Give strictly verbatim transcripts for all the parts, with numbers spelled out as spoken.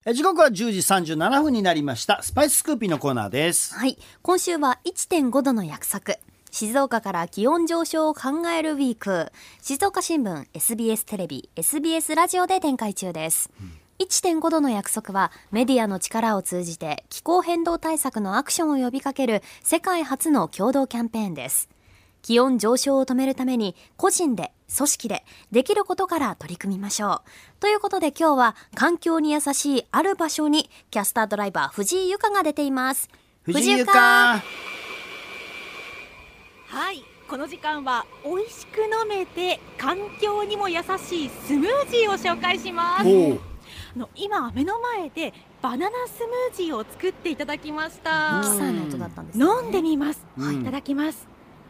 時刻はじゅうじさんじゅうななふんになりました。スパイススクーピーのコーナーです。 はい、今週は いってんご 度の約束、静岡から気温上昇を考えるウィーク、静岡新聞、 エスビーエス テレビ、 エスビーエス ラジオで展開中です、うん、いってんご 度の約束はメディアの力を通じて気候変動対策のアクションを呼びかける世界初の共同キャンペーンです。気温上昇を止めるために個人で組織でできることから取り組みましょうということで、今日は環境に優しいある場所にキャスタードライバー藤井由香が出ています。 藤井由香。 はい、この時間は美味しく飲めて環境にも優しいスムージーを紹介します。あの今目の前でバナナスムージーを作っていただきました。 キサの音だったんですね。 飲んでみます、 うん、 いただきます。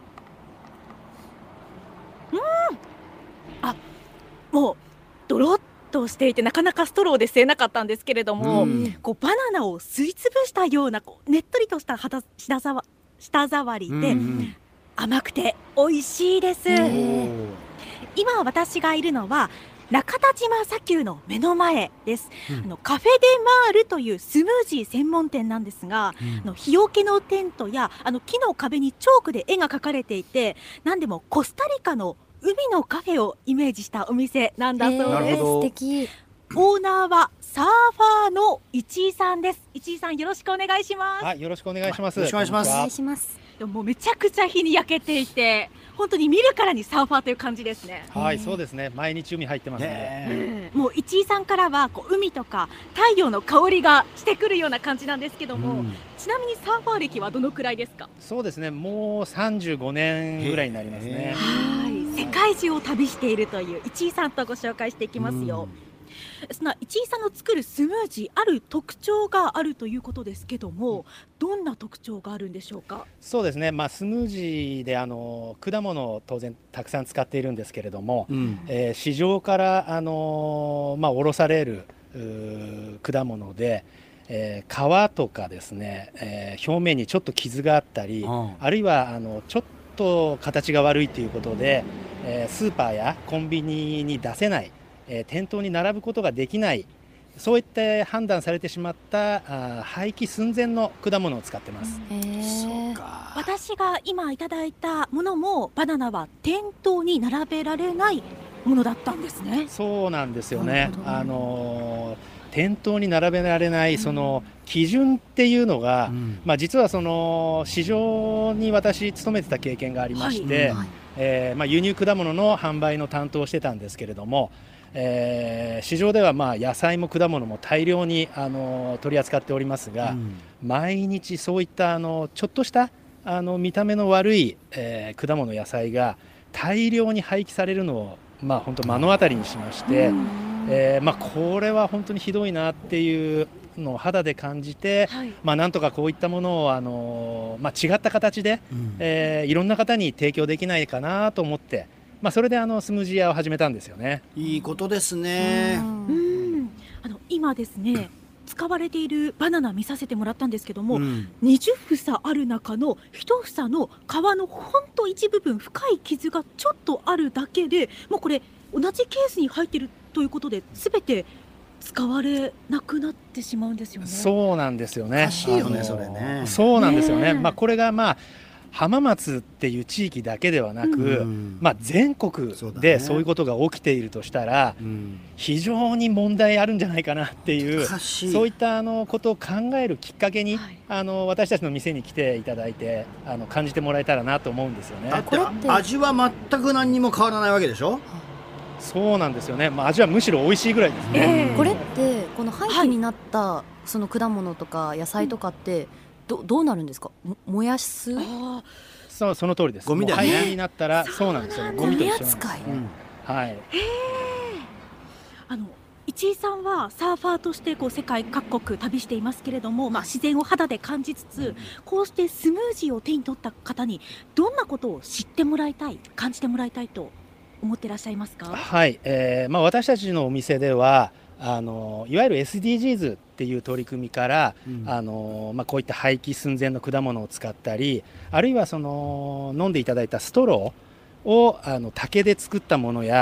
うん、あ、もうドロッとしていてなかなかストローで吸えなかったんですけれども、うん、こうバナナを吸いつぶしたようなこうねっとりとした肌舌触舌触りで、うんうん、甘くて美味しいです。今私がいるのは中田島砂丘の目の前です、うん、あのカフェデマールというスムージー専門店なんですが、うん、あの日よけのテントやあの木の壁にチョークで絵が描かれていて、何でもコスタリカの海のカフェをイメージしたお店なんだそうです。 素敵。 オーナーはサーファーの市井さんです。市井さん、よろしくお願いします。 はい、よろしくお願いします。 よろしくお願いします。 お願いします。 でももうめちゃくちゃ日に焼けていて、本当に見るからにサーファーという感じですね。 はい、そうですね。毎日海入ってますね。 もう市井さんからはこう海とか太陽の香りがしてくるような感じなんですけども、うん、ちなみにサーファー歴はどのくらいですか？ そうですね。もうさんじゅうごねんぐらいになりますね。 はい、世界中を旅しているという市井さんとご紹介していきますよ。うん、そんな市井さんの作るスムージー、ある特徴があるということですけども、どんな特徴があるんでしょうか？ そうですね、まあ、スムージーであの果物を当然たくさん使っているんですけれども、うん、えー、市場からあの、まあ、卸される果物で、えー、皮とかですね、えー、表面にちょっと傷があったり、うん、あるいはあのちょっと形が悪いということで、えー、スーパーやコンビニに出せない、えー、店頭に並ぶことができない、そういった判断されてしまったあ廃棄寸前の果物を使ってます。 へー、そうか。私が今いただいたものもバナナは店頭に並べられないものだったんですね。 そうなんですよね。あの店頭に並べられないその基準っていうのが、うん、まあ、実はその市場に私勤めてた経験がありまして、はいはい、えーまあ、輸入果物の販売の担当をしてたんですけれども、えー、市場ではまあ野菜も果物も大量にあの取り扱っておりますが、うん、毎日そういったあのちょっとしたあの見た目の悪い、えー、果物野菜が大量に廃棄されるのを、まあ、本当目の当たりにしまして、えーまあ、これは本当にひどいなっていうのを肌で感じて、はい、まあ、なんとかこういったものをあの、まあ、違った形で、うん、えー、いろんな方に提供できないかなと思って、まあ、それであのスムージー屋を始めたんですよね。 いいことですね。 うん、あの今ですね、使われているバナナ見させてもらったんですけども、うん、にじゅっ房ある中のいち房の皮のほんと一部分、深い傷がちょっとあるだけで、もうこれ同じケースに入っているということで全て使われなくなってしまうんですよね。 そうなんですよね。 おかしいよね、それね。 そうなんですよね。まあ、これがまあ浜松っていう地域だけではなく、うん、まあ、全国でそういうことが起きているとしたら、うん、非常に問題あるんじゃないかなっていう、そういったあのことを考えるきっかけに、はい、あの私たちの店に来ていただいてあの感じてもらえたらなと思うんですよね。 だって味は全く何にも変わらないわけでしょ。 そうなんですよね、まあ、味はむしろ美味しいぐらいですね。 えー、これってこの廃棄になったその果物とか野菜とかって、うん、ど, どうなるんですか？も燃やす？ あ、そう、その通りです。 ゴミだよね。 廃棄になったらそうなんですよね。ゴミと一緒なんです、ね。 扱い、 うん、はい。へー、 あの市井さんはサーファーとしてこう世界各国旅していますけれども、まあ、自然を肌で感じつつ、うん、こうしてスムージーを手に取った方にどんなことを知ってもらいたい、感じてもらいたいと思っていらっしゃいますか？ はい、えーまあ、私たちのお店ではあのいわゆる エスディージーズ っていう取り組みから、うん、あのまあ、こういった廃棄寸前の果物を使ったり、あるいはその飲んでいただいたストローをあの竹で作ったものや、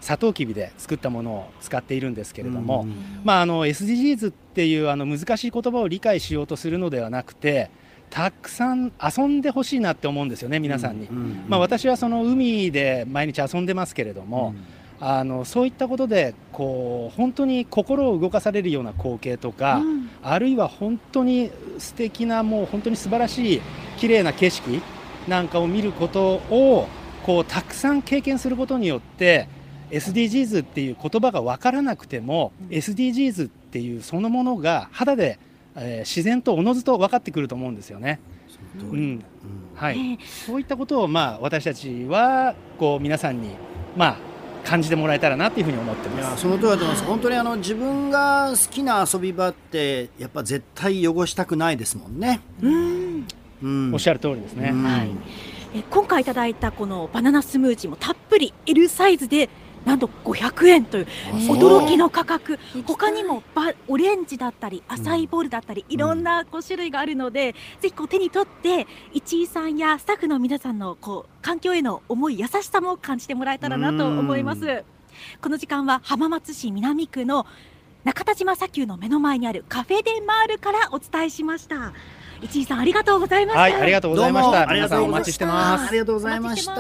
サトウキビで作ったものを使っているんですけれども、まあ、あの エスディージーズ っていうあの難しい言葉を理解しようとするのではなくて、たくさん遊んでほしいなって思うんですよね、皆さんに。まあ、私はその海で毎日遊んでますけれども、うん、あのそういったことでこう本当に心を動かされるような光景とか、うん、あるいは本当に素敵なもう本当に素晴らしい綺麗な景色なんかを見ることをこうたくさん経験することによって、エスディージーズ っていう言葉が分からなくても、うん、エスディージーズ っていうそのものが肌で、えー、自然とおのずと分かってくると思うんですよね。うんうんはい、そういったことを、まあ、私たちはこう皆さんに、まあ、感じてもらえたらなというふうに思ってます。 いやその通りだと思います。本当にあの自分が好きな遊び場ってやっぱ絶対汚したくないですもんね。 うんうん、おっしゃる通りですね。 はい、え今回いただいたこのバナナスムージーもたっぷり L サイズでなんとごひゃくえんという驚きの価格。他にもバオレンジだったりアサイーボールだったり、うん、いろんなこう種類があるので、うん、ぜひこう手に取って市井さんやスタッフの皆さんのこう環境への思い優しさも感じてもらえたらなと思います。この時間は浜松市南区の中田島砂丘の目の前にあるカフェデマールからお伝えしました。市井さんありがとうございました。 はい、ありがとうございました。皆さんお待ちしてます。 ありがとうございました。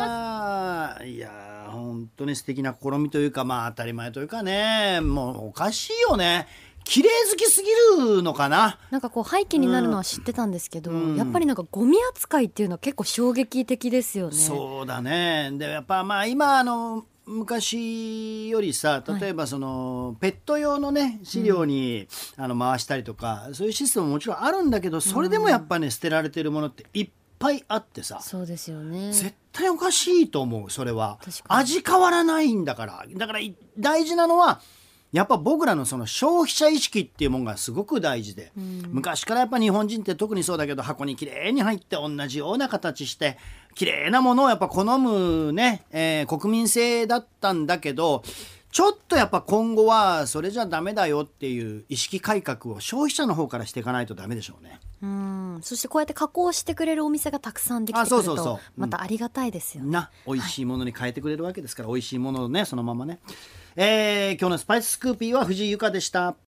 いや本当に素敵な試みというか、まあ当たり前というかね、もうおかしいよね。綺麗好きすぎるのかな。 なんかこう廃棄になるのは知ってたんですけど、うん、やっぱりなんかゴミ扱いっていうのは結構衝撃的ですよね。 そうだね。でやっぱまあ今あの昔よりさ、例えばその、はい、ペット用のね飼料に、うん、あの回したりとかそういうシステムももちろんあるんだけど、それでもやっぱね、うん、捨てられてるものっていっぱいあってさ。 そうですよね。 絶対おかしいと思う。それは味変わらないんだから。だから大事なのはやっぱ僕らのその消費者意識っていうものがすごく大事で、うん、昔からやっぱ日本人って特にそうだけど、箱にきれいに入って同じような形してきれいなものをやっぱ好むね、えー、国民性だったんだけど、ちょっとやっぱ今後はそれじゃダメだよっていう意識改革を消費者の方からしていかないとダメでしょうね。 うん、そしてこうやって加工してくれるお店がたくさんできてくるとまたありがたいですよね。 な美味しいものに変えてくれるわけですから、はい、美味しいものをねそのままね。えー、今日のスパイススクーピーは藤井由香でした。